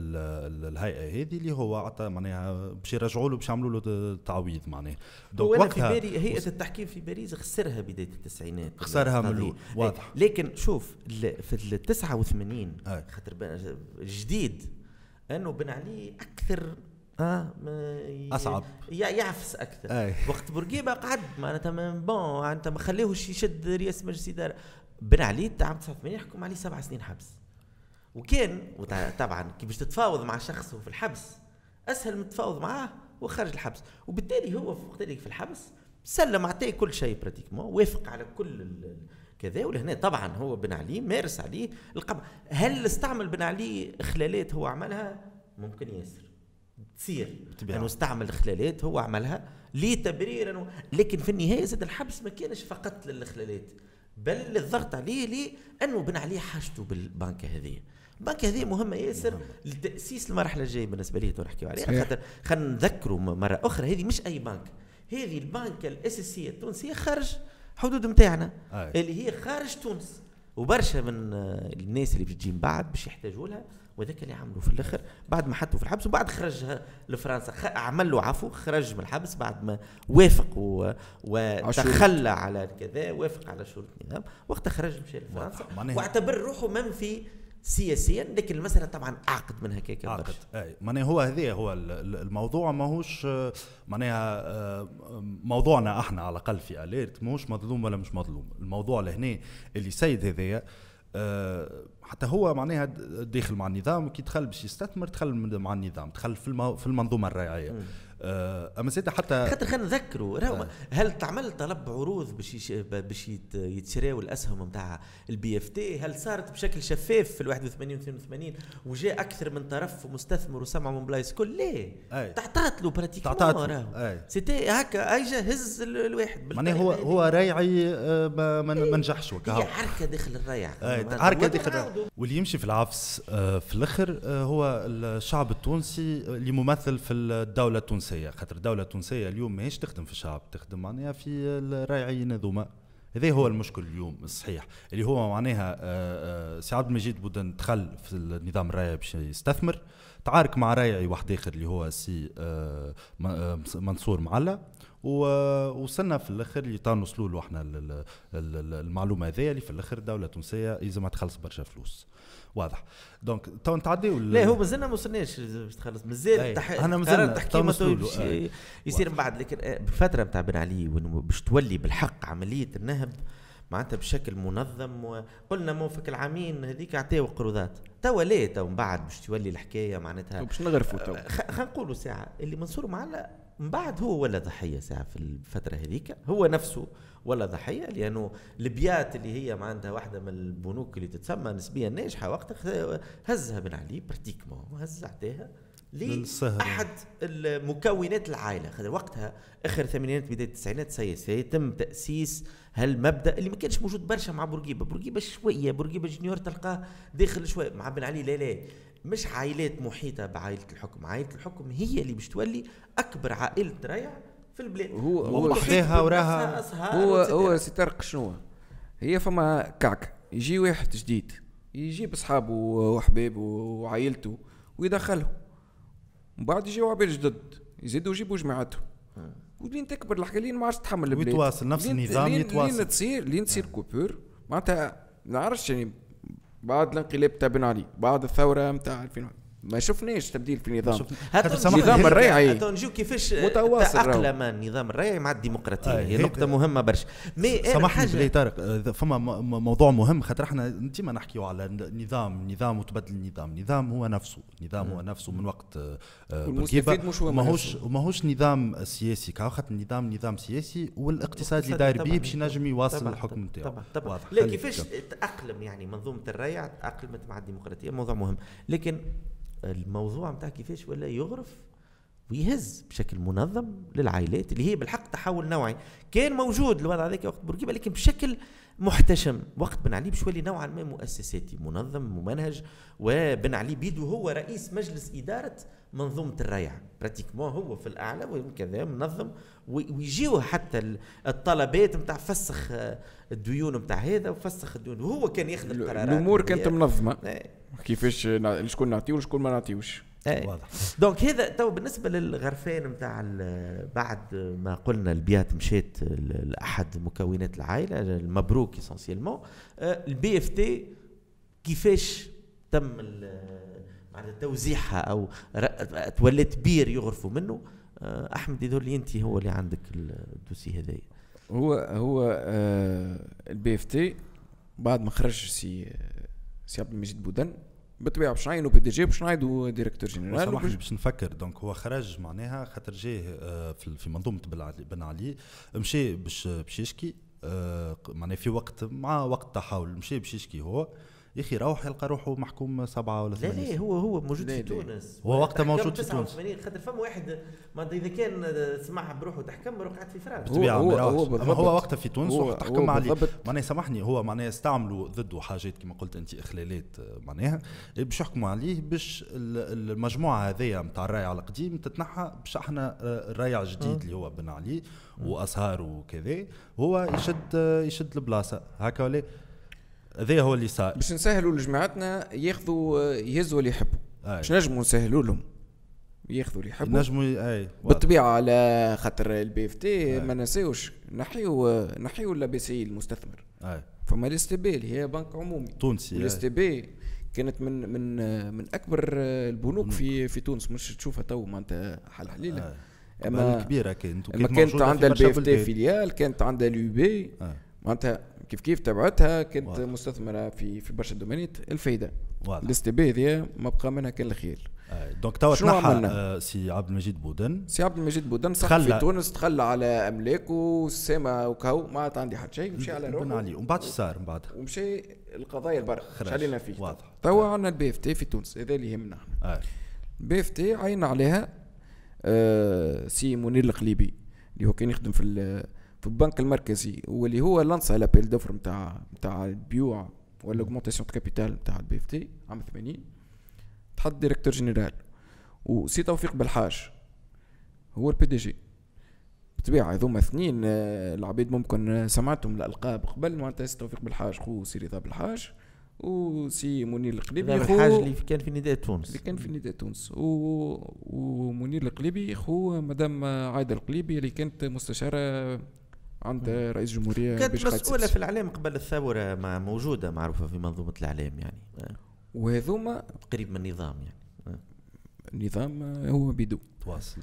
الهيئه هذه اللي هو عطى معناها باش يرجعوا له باش يعملوا له تعويض معناها. دونك وقتها في باري هيئه التحكيم في باريس خسرها بدايه التسعينات خسرها من الاول واضح. لكن شوف في ال تسعة وثمانين خاطر الجديد انه بن علي اكثر اه اصعب يعفس اكثر أي. وقت بورقيبه قعد معناتها بون انت ما خليهوش يشد رئاسه مجلس الاداره. بن علي عام تسعة وثمانين يحكم عليه سبع سنين حبس، وكان طبعا كي باش تتفاوض مع شخص في الحبس اسهل من التفاوض معاه وخارج الحبس، وبالتالي هو في وقتها في الحبس سلم عطيه كل شيء براتيكمون، وافق على كل كذا. ولهنا طبعا هو بن علي مارس عليه القمع. هل استعمل بن علي اخلالات هو عملها؟ ممكن ياسر تصير انه استعمل اخلالات هو عملها لتبرير انه، لكن في النهايه زاد الحبس ما كانش فقط للاخلالات بل الضغط عليه ليه انه بن علي حاجته بالبنكه هذه. البنكه هذه مهمه ياسر لتاسيس المرحله الجايه بالنسبه لي نحكيو عليها، خاطر خلينا نذكروا مره اخرى هذه مش اي بنك، هذه البنكه الاساسيه التونسيه خرج حدود نتاعنا أي. اللي هي خارج تونس، وبرشا من الناس اللي بتجي من بعد باش يحتاجوا لها، وذاك اللي عملوا في الاخر بعد ما حطوا في الحبس وبعد خرجها لفرنسا، عمل له عفو، خرج من الحبس بعد ما وافق و... وتخلى على كذا، وافق على شروط النظام، وقتها خرج مشى لفرنسا واعتبر روحه منفي سياسيا، لكن المساله طبعا اعقد من هكاك اعقد. اي معناها هو هذا هو الموضوع، ماهوش معناها موضوعنا احنا على الاقل في اليرت، ماهوش مظلوم ولا مش مظلوم. الموضوع لهنا اللي سيد هذايا حتى هو معناها داخل مع النظام، كي دخل باش يستثمر دخل مع النظام، دخل في في المنظومه الريعيه. اما زاد حتى خاطر خلينا نذكروا آه. هل تعمل طلب عروض باش باش يتشراو الاسهم نتاع البي اف تي؟ هل صارت بشكل شفاف في الواحد وثمانين واثنين وثمانين وجاء اكثر من طرف مستثمر وسمعوا من بلايص كل ليه؟ تعطات له براتيكمون، تعطات سيتي هكا اجا هز الواحد معناها هو هو رايعي ما نجحش هي حركه داخل الريع، حركه داخل واللي يمشي في العفس في الاخر هو الشعب التونسي اللي ممثل في الدوله التونسيه، خاطر الدولة التونسية اليوم ماهيش تخدم في الشعب، تخدم معناها في الراعيين هذوما. هذا هو المشكل اليوم الصحيح، اللي هو معناها سي عبد المجيد بودن دخل في النظام الراعي باش يستثمر، تعارك مع راعي واحد اخر اللي هو سي منصور معلا، ووصلنا في الاخر اللي نوصلوا له احنا المعلومه هذيا اللي في الاخر الدوله التونسيه لازم تخلص برشا فلوس. واضح. دونك تو نتعديو لا هو مازلنا ما وصلناش باش تخلص مازال تح... انا مازلنا تحكيم يصير من بعد، لكن بفتره نتاع بن علي باش تولي بالحق عمليه النهب معناتها بشكل منظم، وقلنا موفق العامين هذيك عطاو قروضات، توا لا تو من بعد باش تولي الحكايه معناتها باش نغرفوا تو خلينا نقولوا ساعه اللي منصور معلا من بعد هو ولا ضحيه ساعه في الفتره هذيك، هو نفسه ولا ضحيه، لانه البيات اللي هي معناتها واحده من البنوك اللي تتسمى نسبيا ناجحه وقتها هزها بن علي براتيكمون، هز عطاها لأحد المكونات العائله، خاطر وقتها اخر الثمانينات بدايه التسعينات سيتم تاسيس هالمبدا اللي ما كانش موجود برشا مع بورقيبه، بورقيبه شويه بورقيبه جونيور تلقاه داخل شويه، مع بن علي لا لا مش عائلات محيطه بعائله الحكم، عائله الحكم هي اللي باش تولي اكبر عائله ريع في البلاد، هو هو وحدها وراها هو هو سي طارق شنو هي فما كعك يجي واحد جديد يجيب اصحابه وحبابه وعائلته ويدخلهم، ومن بعد يجيو عباد جدد يزيدوا يجيبوا جماعته، ولين تكبر الحكايه لين ما عادش تحمل البلاد، ويتواصل نفس النظام يتواصل، لين تصير لين تصير كوبور معناتها ما نعرفش يعني بعد الانقلاب تاع بن علي بعد الثوره نتاع ألفين ما شفناش تبديل في النظام، النظام الريعي نجيو كيفاش تأقلم النظام الريعي مع الديمقراطيه، آه هي نقطه مهمه برشا. مي سامحني بلي طارق فما موضوع مهم، خاطر احنا ديما نحكيو على النظام نظام وتبدل النظام، النظام هو نفسه النظام هو نفسه من وقت بورقيبه، ماهوش ماهوش نظام سياسي، خاطر النظام نظام سياسي والاقتصاد اللي داير بيه باش ينجم يواصل الحكم نتاعو. طبعا طبعا لا كيفاش تأقلم يعني منظومه الريع تأقلمت مع الديمقراطيه، موضوع مهم، لكن الموضوع متاع كيفاش ولا يغرف ويهز بشكل منظم للعائلات اللي هي بالحق تحول نوعي كان موجود الوضع هذاك وقت بورقيبه، لكن بشكل محتشم وقت بن علي باش يولي نوعا ما مؤسساتي منظم ممنهج، وبن علي بيدو هو رئيس مجلس اداره منظومه الريع براتيكمون، هو في الاعلى وكذا منظم، ويجيوه حتى الطلبات نتاع فسخ الديون نتاع هذا وفسخ الديون، وهو كان ياخذ القرارات، الامور كانت منظمه كيفاش شكون نعطيو وشكون ما نعطيوش. واضح. دونك هذا تو بالنسبه للغرفان نتاع بعد ما قلنا البيات مشات لاحد مكونات العائله المبروك اسونسيلمون، البي اف تي كيفاش تم معناتها توزيعها او تولات بير يغرفوا منه؟ احمد يدور لي انت هو اللي عندك الدوسي هذايا. هو هو البي اف تي بعد ما خرج سي سي عبد المجيد بودن بالطبيعه باش نعينوا بي دي جي باش نعيدوا ديريكتور جينيرال، سامحني باش نفكر. دونك هو خرج معناها خاطر جاه في منظومه بن علي، مشى باش باش يشكي معناها في وقت مع وقت تحول، مشى باش يشكي هو يا اخي روح يلقى روحه محكوم سبعة ولا ثمانية. لا لا هو هو موجود في تونس، هو وقتها موجود في تونس. خاطر فما واحد ما اذا كان سمعها بروحه تحكم روح قاعد في فرنسا بالطبيعه. هو هو, هو, هو, هو وقتها في تونس وتحكم عليه. معناها سامحني هو معناها استعملوا ضده حاجات كما قلت انت اخلالات معناها باش يحكموا عليه باش المجموعه هذيا نتاع الرايع القديم تتنحى باش احنا الرايع جديد اللي هو بنى عليه واسهار وكذا هو يشد يشد البلاصه هكا ولا هذا هو اللي صار. باش نسهلوا لجماعتنا ياخذوا يهزوا اللي يحبوا باش نجموا نسهلوا لهم ياخذوا اللي يحبوا نجموا اي بالطبيعه على خاطر البي اف تي ما نساوش نحيو نحيو البي سي المستثمر. اي فما الاس تي بي اللي هي بنك عمومي تونسي. الاس تي بي كانت من من من اكبر البنوك في في تونس مش تشوفها تو معناتها حل حليله. اما كبيره كانت اما كانت عندها البي اف تي فيليال كانت عندها اليو بي معناتها كيف كيف تبعتها كانت واضح. مستثمره في في برشا دومينات الفايده الاس تي بي هذه ما بقى منها كان الخير. دونك توا تنحى آه سي عبد المجيد بودن سي عبد المجيد بودن صح في تونس تخلى على املاكه السما وكهو ما عندي حتى شيء مشي على روحه عليه ومن بعد صار من بعد ومشي القضايا البرا مش علينا فيه واضح. توا عندنا البي اف تي في تونس هذا اللي يهمنا احنا. البي اف تي عين عليها آه سي منير القليبي اللي هو كان يخدم في في البنك المركزي واللي هو لانسا لابيل دوفر نتاع نتاع البيوع ولا اوغمونتاسيون كابيتال نتاع البي اف تي عام ثمانين تحط ديريكتور جينيرال وسي توفيق بالحاج هو البي دي جي. بالطبيعه هذوما اثنين العبيد ممكن سمعتهم الالقاب قبل معناتها سي توفيق بالحاج خو سي رضا بالحاج وسي منير القليبي خو الحاج اللي كان في نداء تونس اللي كان في نداء تونس و... ومنير القليبي خو مدام عايده القليبي اللي كانت مستشاره عند رئيس الجمهوريه كانت مسؤوله في الاعلام قبل الثوره ما موجوده معروفه في منظومه الاعلام يعني وهذوما قريب من النظام يعني النظام هو بيدو تواصل.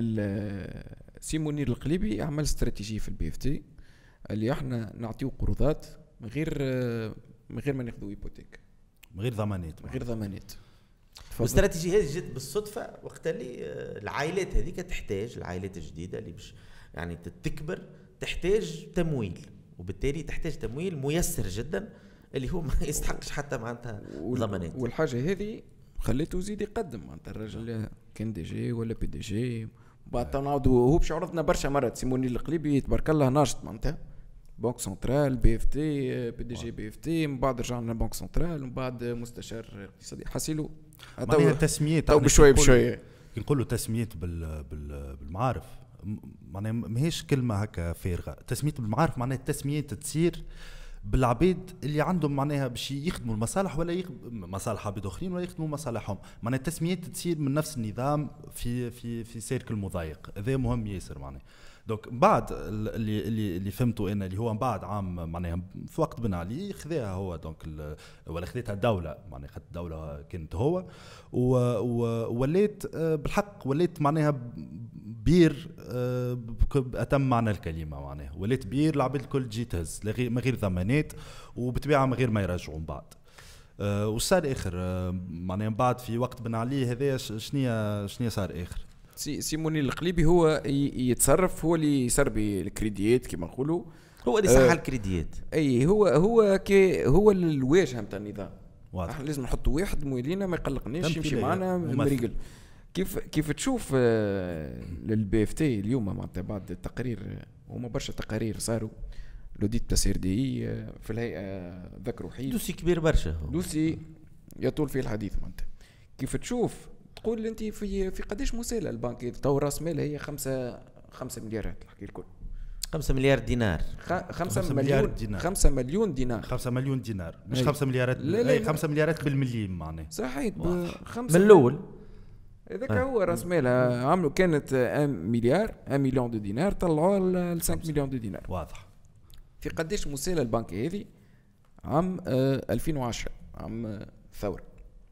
سي منير القليبي عمل استراتيجيه في البي اف تي اللي احنا نعطيو قروضات من غير من غير ما ناخذوا هيبوتيك من غير ضمانات من غير ضمانات. والاستراتيجيه هذه جت بالصدفه وقت اللي العائلات هذيك تحتاج العائلات الجديده اللي باش يعني تكبر تحتاج تمويل وبالتالي تحتاج تمويل ميسر جدا اللي هو ما يستحقش حتى معناتها ضمانات. والحاجه هذه خليته يزيد يقدم معناتها الراجل كان دي جي ولا بي دي جي بعد نعاودوا هو باش عرضنا برشا مرات سيموني القليبي تبارك الله ناشط معناتها بنك سنترال بي اف تي بي دي جي بي اف تي من بعد رجعنا بنك سنترال من بعد مستشار اقتصادي حاسيلو معناها تسميات تو بشوي بشوي نقولوا تسميات بال بالمعارف معناها ماهيش كلمه هكا فارغه. تسميات بالمعارف معناها التسميات تصير بالعبيد اللي عندهم معناها باش يخدموا المصالح ولا يخدموا مصالح عبيد اخرين ولا يخدموا مصالحهم. معناها التسميات تصير من نفس النظام في في في سيركل مضيق. هذا مهم ياسر معناها. دونك بعد اللي اللي اللي فهمته انا اللي هو من بعد عام معناها في وقت بن علي خذاها هو دونك ولا خذتها الدوله معناها خذت الدوله كانت هو ووليت بالحق وليت معناها بير اتم معنى الكلمه معناها وليت بير العباد الكل تجي تهز من غير ضمانات وبطبيعه من غير ما يرجعوا من بعد. أه وصار اخر أه معناها من بعد في وقت بن علي هذايا شنيا شنيا صار اخر سي سيموني القليبي هو يتصرف هو اللي يسربي الكريديات كما نقولوا هو اللي صح أه الكريديات اي هو هو كي هو الواجهه نتاع النظام. احنا لازم نحطوا واحد موالينا ما يقلقناش يمشي معنا مريقل. كيف كيف تشوف للبي اف تي اليوم معناتها بعد التقرير هما برشا تقارير صاروا لوديت تاع سير دي في الهيئه ذكر وحيد دوسي كبير برشا دوسي يطول فيه الحديث معناتها. كيف تشوف تقول انت في في قداش مساله البنك تو راس مالها هي خمسة خمسة مليارات نحكي لكم خمسة مليار دينار خمسة مليون دينار خمسة مليون دينار خمسة مليون دينار مش خمسة مليارات اي خمسة مليارات بالمليم معناها صحيح من الاول هذاك هو راس مالها عملوا كانت مليار واحد مليون دو دينار طلعوها ل خمسة مليون دو دينار. واضح. في قداش مساله البنك هذه عام ألفين وعشرة عام الثوره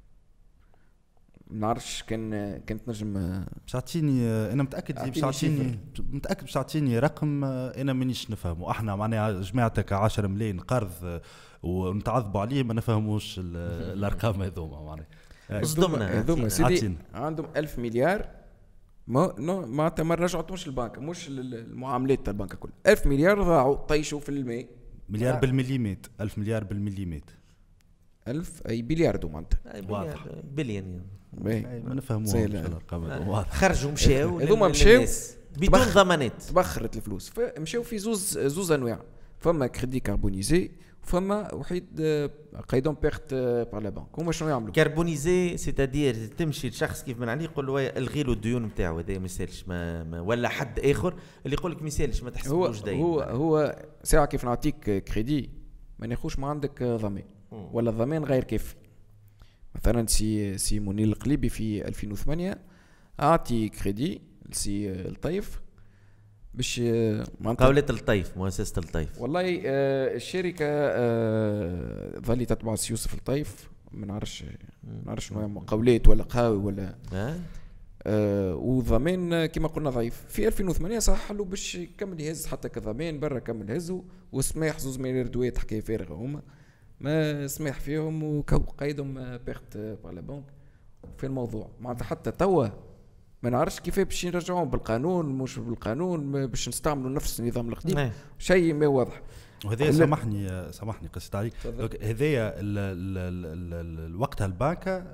ما نعرفش كان كانت نجم باش تعطيني انا متاكد اللي باش تعطيني متاكد باش تعطيني رقم انا مانيش نفهمه. احنا معناها جماعتك عشرة ملايين قرض ونتعذبوا عليه ما نفهموش الارقام هذوما معناها صدمنا هذوما سيدي عندهم ألف مليار ما نو ما ما رجعتوش البنك مش المعاملات تاع البنك كل ألف مليار ضاعوا طيشوا في الماء مليار بالمليمات ألف مليار بالمليمات ألف أي بلياردو معناتها واضح بليون ما نفهموش الارقام واضح. خرجوا مشاو هذوما مشاو بدون ضمانات تبخرت الفلوس فمشاو في زوز زوز انواع فما كريدي كاربونيزي وفما وحيد قيدون بيرت بار لا بانك. هما شنو يعملوا؟ كاربونيزي سيتادير تمشي لشخص كيف من عليه يقول له الغي له الديون نتاعو هذا ما يسالش ما, ما ولا حد اخر اللي يقول لك ما يسالش ما تحسبوش دايما. هو هو ساعه كيف نعطيك كريدي ما ناخوش ما عندك ضمان ولا الضمان غير كافي. مثلا سي سي منير القليبي في ألفين وثمانية اعطي كريدي لسي الطيف باش معناتها قولة الطيف مؤسسة الطيف والله آه الشركة آه ظلي تتبع سي يوسف الطيف ما نعرفش ما نعرفش شنو مقاولات ولا قهاوي ولا آه. آه وضمان كما قلنا ضعيف. في ألفين وثمانية صح له باش يكمل يهز حتى كضمان برا كمل هزوا وسماح زوز مليار دوات حكايه فارغه هما ما سماح فيهم وقيدهم بيرت بار لا بانك في الموضوع معناتها حتى توا ما نعرفش كيف باش يرجعون بالقانون مش بالقانون باش نستعملوا نفس النظام القديم شيء ما واضح. وهذا سامحني سامحني قصت عليك هذايا وقتها البنكه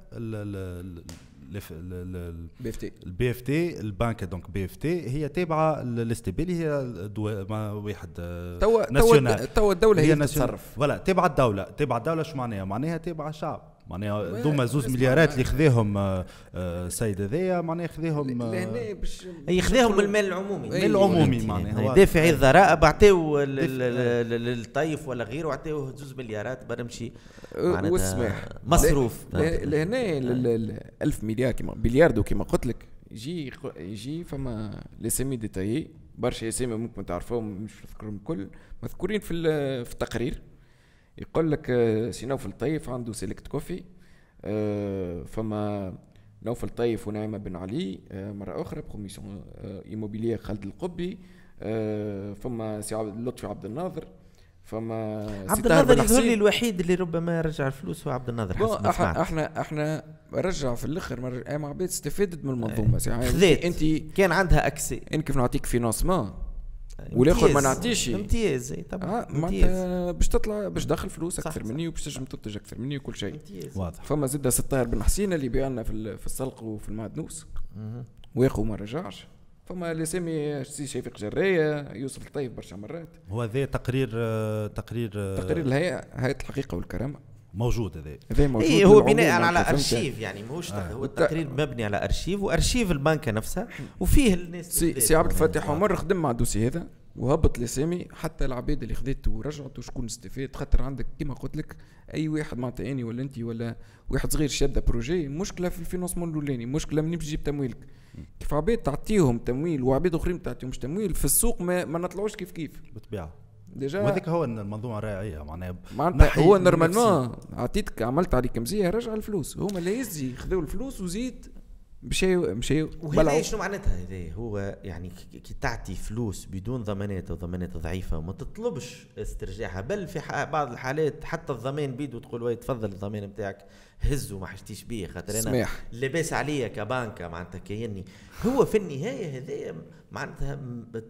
البي اف تي البي اف تي البنكه دونك بي اف تي هي تابعه للاستبالي هي ما واحد توا توا الدوله هي تتصرف ولا تابعه الدوله تابعه الدوله شو معناها معناها تابعه الشعب معناها دوما زوز مليارات اللي خذاهم السيد هذايا معناها خذاهم يخذيهم من المال العمومي المال العمومي معناها دافعي الضرائب عطاو للطيف ولا غيره عطاوه زوز مليارات برمشي والسماح مصروف لهنا ألف مليار كما بلياردو كما قلت لك يجي يجي فما لاسامي ديتايي برشا اسامي ممكن تعرفوهم مش نذكرهم الكل مذكورين في في التقرير. يقول لك سي نوفل الطيف عنده سيلكت كوفي فما نوفل الطيف ونعيمة بن علي مرة أخرى بروميسيون إيموبيليير خالد القبي فما سي لطفي عبد الناظر فما عبد الناظر يظهر لي الوحيد اللي ربما رجع الفلوس هو عبد الناظر حسب احنا احنا احنا رجع في الاخر مر... مع عباد استفادت من المنظومه خذيت انت كان عندها اكسي ان كيف نعطيك فينانسمون والاخر ما نعطيش امتياز طبعا معناتها باش تطلع باش تدخل فلوس اكثر مني وباش تنجم تنتج اكثر مني وكل شيء واضح. فما زاد ستار بن حسين اللي بيع لنا في في السلق وفي المعدنوس واخو ما رجعش. فما لسامي سي شفيق جرايه يوسف الطيف برشا مرات. هو هذا تقرير تقرير تقرير الهيئه هيئه الحقيقه والكرامه موجود هذا هذا موجود إيه هو بناء على ارشيف يعني ماهوش آه. هو التقرير مبني على ارشيف وارشيف البنكه نفسها وفيه الناس سي, سي عبد الفتاح عمر خدم مع الدوسي هذا وهبط لسامي حتى العباد اللي خذيته ورجعت وشكون استفاد خاطر عندك كما قلت لك اي واحد معناتها اني ولا انت ولا واحد صغير شاد بروجي مشكله في الفينانسمون الاولاني مشكله منين باش تجيب تمويلك كيف عباد تعطيهم تمويل وعباد اخرين تعطيهمش تمويل في السوق ما, ما نطلعوش كيف كيف بالطبيعه ديجا وهذاك هو المنظومه الراعيه معناها معناتها هو نورمالمون عطيتك عملت عليك مزيه رجع الفلوس هما اللي يزي خذوا الفلوس وزيد مشي مشي وهذا شنو معناتها هذا هو يعني كي تعطي فلوس بدون ضمانات وضمانات ضعيفه وما تطلبش استرجاعها بل في بعض الحالات حتى الضمان بيدو تقول وي تفضل الضمان نتاعك هزوا ما حشتيش بيه خاطر انا لاباس عليا كبنكه معناتها كيني هو في النهايه هذا معناتها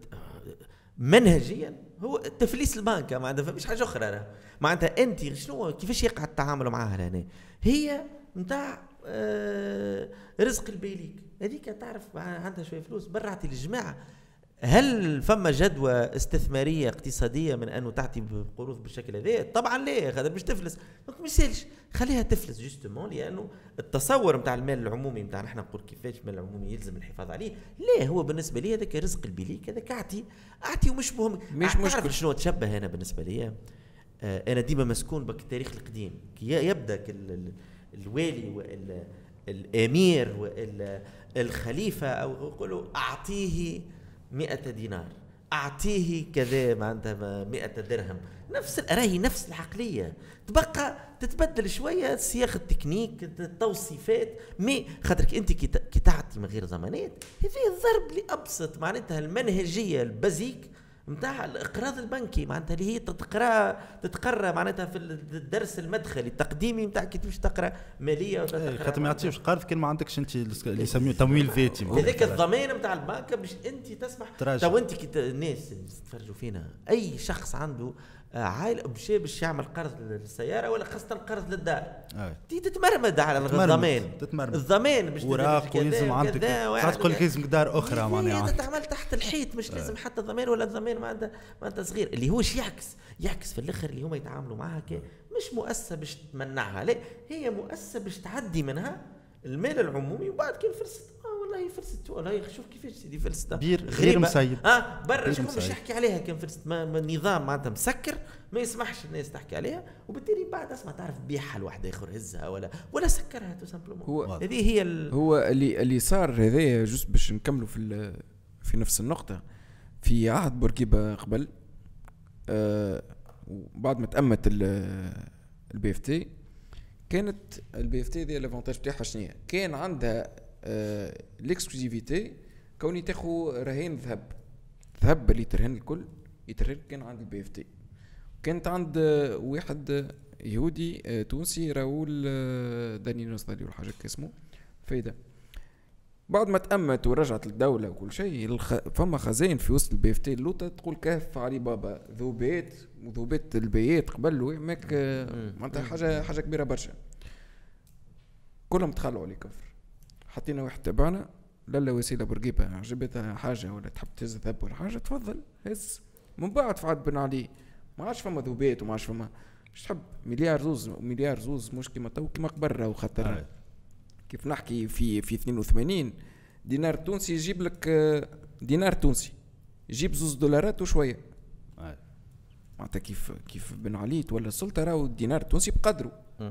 منهجيا هو تفليس البنكه معناتها فمش حاجه اخرى معناتها انت شنو كيفاش يقع التعامل معها لهنا هي نتاع آه رزق البيليك هذيك تعرف عندها شويه فلوس برعتي للجماعه هل فما جدوى استثماريه اقتصاديه من انه تعطي بقروض بالشكل هذا؟ طبعا لا هذا مش تفلس دونك ما يسالش خليها تفلس جوستومون لانه التصور نتاع المال العمومي نتاع نحن نقول كيفاش المال العمومي يلزم الحفاظ عليه لا هو بالنسبه لي هذاك رزق البيليك هذاك اعطي اعطي ومش مهم مش مشكل شنو تشبه انا بالنسبه لي آه انا ديما مسكون بالتاريخ القديم كي يبدا الوالي والامير والخليفه او يقولوا اعطيه مئة دينار اعطيه كذا معناتها مئة درهم نفس راهي نفس العقليه تبقى تتبدل شويه السياق التكنيك التوصيفات مي خاطرك انت كي تعطي من غير ضمانات هذه الضرب لابسط معناتها المنهجيه البازيك نتاع الاقراض البنكي معناتها اللي هي تتقرا تتقرا معناتها في الدرس المدخلي التقديمي نتاع كيفاش تقرا ماليه وتقرا خاطر ما يعطيوش قرض كان ما عندكش انت اللي يسموه تمويل ذاتي هذاك الضمان نتاع البنك باش انت تسمح تو انت كي الناس تفرجوا فينا اي شخص عنده عائله مشى باش يعمل قرض للسياره ولا خاصه قرض للدار أي. تي تتمرمد على الضمان الضمان باش وراق ويلزم عندك خاص تقول لك لازم دار اخرى معناها تعمل تحت الحيط مش لازم حتى ضمان ولا الضمان ما عنده ما عنده صغير اللي هو يعكس يعكس في الاخر اللي هما يتعاملوا معها كي مش مؤسسه باش تمنعها لا هي مؤسسه باش تعدي منها المال العمومي وبعد كي فرصت اه والله فرصت والله شوف كيفاش سيدي فرصت غير مسيب اه برا شكون باش يحكي عليها كان فرصت ما النظام معناتها مسكر ما يسمحش الناس تحكي عليها وبالتالي بعد اسمع تعرف بيعها لواحد اخر هزها ولا ولا سكرها تو سامبلومون هذه هي ال... هو اللي اللي صار هذايا جوست باش نكملوا في في نفس النقطه في عهد بورقيبه قبل آه وبعد ما تأمت البي اف تي كانت البي اف تي دي الافونتاج بتاعها شنو كان عندها آه الاكسكلوزيفيتي كوني تاخو رهين ذهب ذهب اللي ترهن الكل يترهن كان عند البي اف تي كانت عند واحد يهودي تونسي راول داني نصدالي ولا حاجه اسمه فايده بعد ما تأمت ورجعت للدولة وكل شيء الخ... فما خزائن في وسط البي اف تي اللوطة تقول كهف علي بابا ذوبات وذوبات البيات قبل وماك معناتها حاجة حاجة كبيرة برشا كلهم تخلوا عليه كفر حطينا واحد تبعنا لالا وسيلة بورقيبة عجبتها حاجة ولا تحب تهز ذهب ولا حاجة تفضل هز من بعد فعاد بن علي ما عادش فما ذوبات وما عادش فما مش تحب مليار زوز مليار زوز مش كيما تو كيما قبل راهو خاطر كيف نحكي في في اثنين وثمانين دينار تونسي يجيب لك دينار تونسي يجيب زوز دولارات وشويه معناتها كيف كيف بن علي ولا السلطه راهو الدينار التونسي بقدره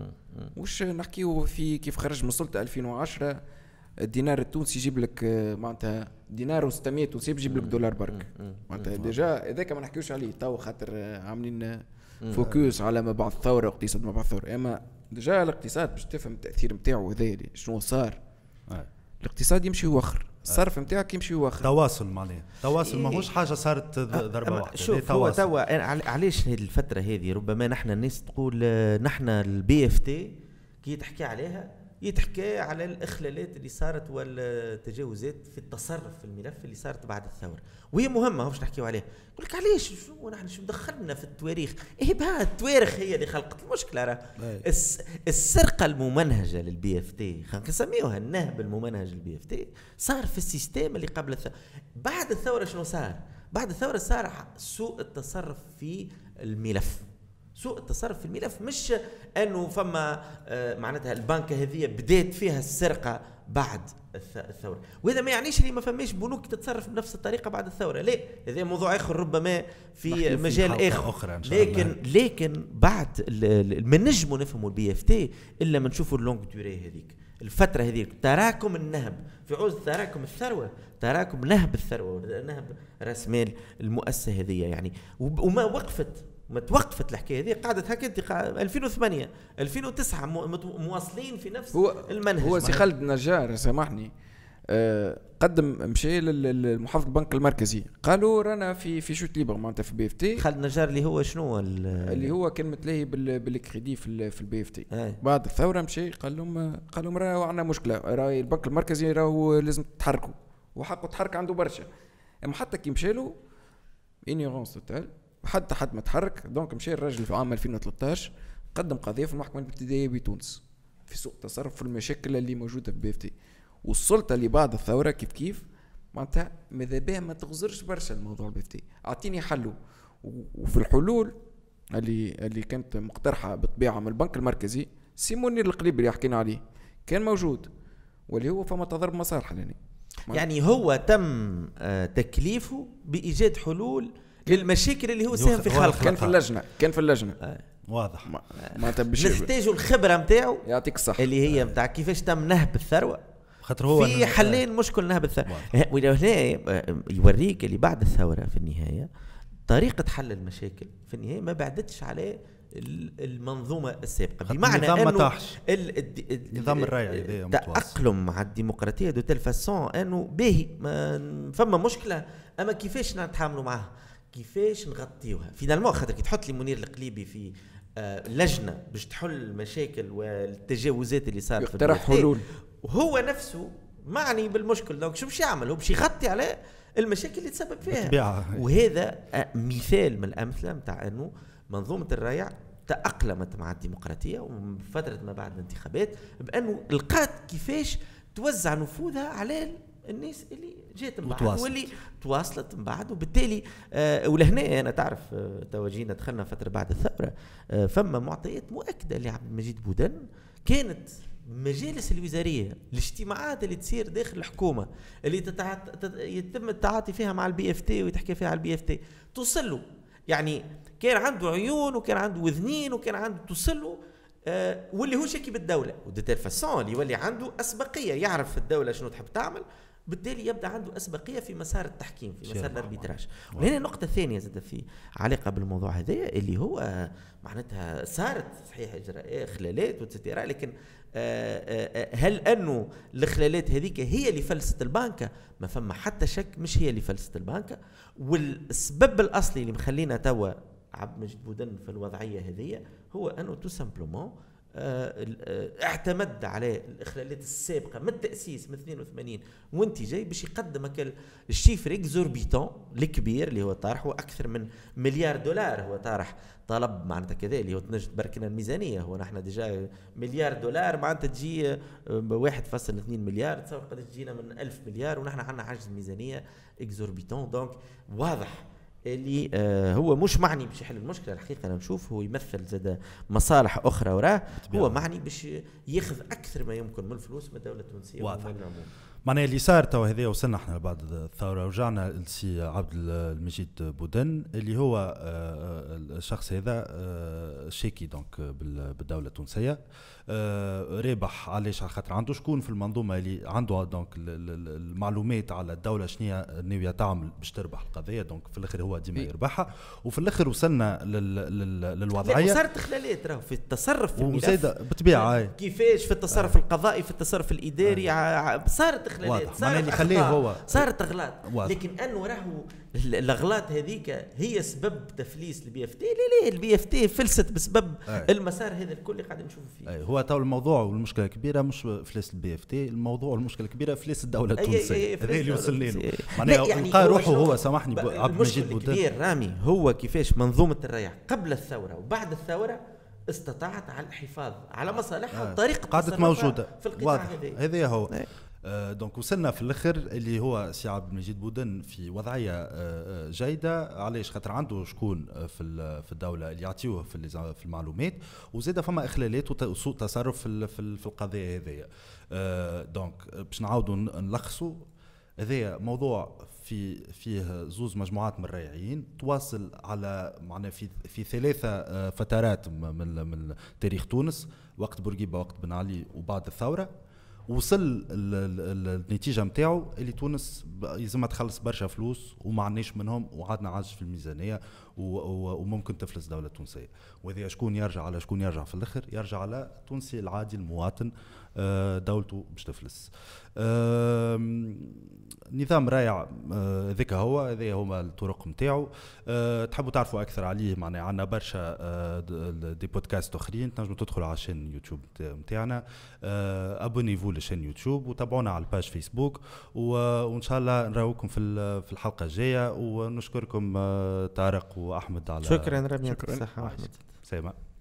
واش نحكيو في كيف خرج من السلطه ألفين وعشرة الدينار التونسي يجيب لك معناتها دينار وستمية تونسي يجيب لك دولار برك معناتها ديجا هذاك ما نحكيوش عليه تو خاطر عاملين فوكوس على ما بعد الثوره واقتصاد ما بعد الثوره اما ديجا الاقتصاد باش تفهم التاثير نتاعو هذايا شنو صار آه. الاقتصاد يمشي وخر الصرف نتاعك يمشي وخر تواصل معناها تواصل ماهوش حاجه صارت ضربه واحده شوف هو توا علاش هذه الفتره هذه ربما نحن الناس تقول نحن البي اف تي كي تحكي عليها يتحكي على الاخلالات اللي صارت والتجاوزات في التصرف في الملف اللي صارت بعد الثوره وهي مهمه باش نحكيو عليها يقول لك علاش شنو نحن شو دخلنا في التواريخ ايه بها التواريخ هي اللي خلقت المشكله راه الس السرقه الممنهجه للبي اف تي خلينا نسميوها النهب الممنهج للبي اف تي صار في السيستم اللي قبل الثوره بعد الثوره شنو صار بعد الثوره صار سوء التصرف في الملف سوء التصرف في الملف مش انه فما آه معناتها البنكه هذه بدات فيها السرقه بعد الثوره وهذا ما يعنيش اللي ما فماش بنوك تتصرف بنفس الطريقه بعد الثوره لا هذا موضوع اخر ربما في مجال اخر أخرى لكن لكن بعد ما نجموا نفهموا البي اف تي الا ما نشوفوا اللونغ دوري هذيك الفتره هذيك تراكم النهب في عوز تراكم الثروه تراكم نهب الثروه نهب راس مال المؤسسه هذه يعني وما وقفت ما توقفت الحكايه هذه قعدت هكا ألفين وثمانية ألفين وتسعة مواصلين في نفس هو المنهج هو سي خالد نجار سامحني أه قدم مشي للمحافظ البنك المركزي قالوا رانا في في شوت ليبر معناتها في بي اف تي خالد نجار اللي هو شنو اللي هو كان متلاهي بالكريدي في في البي اف تي بعد الثوره مشي قال لهم قال لهم راهو عندنا مشكله راهي البنك المركزي راهو لازم تتحركوا وحقه تحرك عنده برشا اما حتى كي مشى له انيغونس توتال حتى حد ما تحرك دونك مشى الراجل في عام ألفين وثلاثة عشر قدم قضيه في المحكمه الابتدائيه بتونس في سوء تصرف في المشاكل اللي موجوده في بي اف تي والسلطه اللي بعد الثوره كيف كيف معناتها ماذا بها ما تغزرش برشا الموضوع البي اف تي اعطيني حلو وفي الحلول اللي اللي كانت مقترحه بالطبيعه من البنك المركزي سيموني القليبي اللي حكينا عليه كان موجود واللي هو فما تضارب مصالح يعني يعني هو تم تكليفه بايجاد حلول للمشاكل اللي هو ساهم في خلقها كان في اللجنه كان في اللجنه آه. واضح ما تبش نحتاجوا الخبره نتاعو يعطيك الصحه اللي هي نتاع كيفاش تم نهب الثروه خاطر هو في حلين مشكل نهب الثروه وهنا يوريك اللي بعد الثوره في النهايه طريقه حل المشاكل في النهايه ما بعدتش على المنظومه السابقه بمعنى انه نظام الرأي التأقلم مع الديمقراطيه دو تيل فاسون انه باهي فما مشكله اما كيفاش نتعاملوا معها كيفاش نغطيوها فينالمون خاطر كي تحط لي منير القليبي في آه لجنه باش تحل المشاكل والتجاوزات اللي صارت في يقترح حلول وهو نفسه معني بالمشكل دونك شو باش يعمل هو باش يغطي على المشاكل اللي تسبب فيها بالطبيعة. وهذا مثال من الامثله نتاع انه منظومه الريع تاقلمت مع الديمقراطيه ومن فتره ما بعد الانتخابات بانه لقات كيفاش توزع نفوذها على الناس اللي جات من بعد واللي تواصلت من بعد وبالتالي آه ولهنا انا تعرف آه توجينا دخلنا فتره بعد الثوره آه فما معطيات مؤكده لعبد المجيد بودن كانت المجالس الوزاريه الاجتماعات اللي تصير داخل الحكومه اللي تتع... يتم التعاطي فيها مع البي اف تي ويتحكي فيها على البي اف تي توصل له يعني كان عنده عيون وكان عنده وذنين وكان عنده توصل له آه واللي هو شاكي بالدوله وديتير فاسون اللي يولي عنده اسبقيه يعرف الدوله شنو تحب تعمل بالتالي يبدا عنده اسبقيه في مسار التحكيم في مسار الاربيتراج. وهنا النقطه الثانيه زاد في علاقه بالموضوع هذا اللي هو معناتها صارت صحيح اجراءات خلالات وتستيرا لكن هل انه الخلالات هذيك هي اللي فلست البنكه؟ ما فما حتى شك مش هي اللي فلست البنكه والسبب الاصلي اللي مخلينا توا عبد المجيد بودن في الوضعيه هذه هو انه تو سامبلومون اعتمد على الاخلالات السابقه من التاسيس من اثنين وثمانين وانت جاي باش يقدمك الشيفر اكزوربيتون الكبير اللي هو طارح هو اكثر من مليار دولار هو طارح طلب معناتها كذا اللي هو تنجد بركنا الميزانيه هو نحن ديجا مليار دولار معناتها تجي واحد فاصلة اثنين مليار تصور قد تجينا من ألف مليار ونحن عندنا عجز ميزانيه اكزوربيتون دونك واضح اللي آه هو مش معني باش يحل المشكله الحقيقه انا نشوف هو يمثل زاد مصالح اخرى وراه هو معني باش ياخذ اكثر ما يمكن من الفلوس من الدوله التونسيه واضح معناها اللي صار تو هذه وصلنا احنا بعد الثوره ورجعنا لسي عبد المجيد بودن اللي هو آه الشخص هذا آه شاكي دونك بالدوله التونسيه آه رابح علاش على خاطر عنده شكون في المنظومه اللي عنده دونك المعلومات على الدوله شنو ناويه تعمل باش تربح القضيه دونك في الاخر هو ديما يربحها وفي الاخر وصلنا للوضعيه صارت خلالات راهو في التصرف في الملف بالطبيعه كيفاش في التصرف آه. القضائي في التصرف الاداري آه. صارت خلالات صارت اللي خليه هو صارت اغلاط لكن انه راهو الاغلاط هذيك هي سبب تفليس البي اف تي لا لا البي اف تي فلست بسبب آه. المسار هذا الكل اللي قاعدين نشوفوا فيه آه. هو تو الموضوع والمشكله الكبيره مش فلس البي اف تي الموضوع والمشكله الكبيره فلس الدوله التونسيه هذا اللي وصلنا له معناها يعني لقى روحه هو سامحني عبد المجيد بودن الكبير رامي هو كيفاش منظومه الريع قبل الثوره وبعد الثوره استطاعت على الحفاظ على مصالحها آه. بطريقه قعدت موجوده في القطاع هذا هذا هو آه. آه دونك وصلنا في الاخر اللي هو سي عبد المجيد بودن في وضعيه آه جيده علاش خاطر عنده شكون في في الدوله اللي يعطيوه في في المعلومات وزاد فما اخلالات وسوء تصرف في في القضيه هذه آه دونك باش نعاودوا نلخصوا هذا موضوع في فيه زوز مجموعات من الريعيين تواصل على معنا في في ثلاثه فترات من من تاريخ تونس وقت بورقيبه وقت بن علي وبعد الثوره وصل النتيجه نتاعو اللي تونس لازمها تخلص برشا فلوس وما عندناش منهم وعندنا عجز في الميزانيه وممكن تفلس الدوله التونسيه وهذا شكون يرجع على شكون يرجع في الاخر يرجع على التونسي العادي المواطن دولته باش تفلس نظام رايع ذاك هو هذا هما الطرق نتاعو تحبوا تعرفوا اكثر عليه معناها عندنا برشا دي بودكاست اخرين تنجموا تدخلوا على الشين يوتيوب نتاعنا ابونيفو للشين يوتيوب وتابعونا على الباج فيسبوك وان شاء الله نراوكم في في الحلقه الجايه ونشكركم طارق واحمد على شكرا رامي شكرا احمد سلام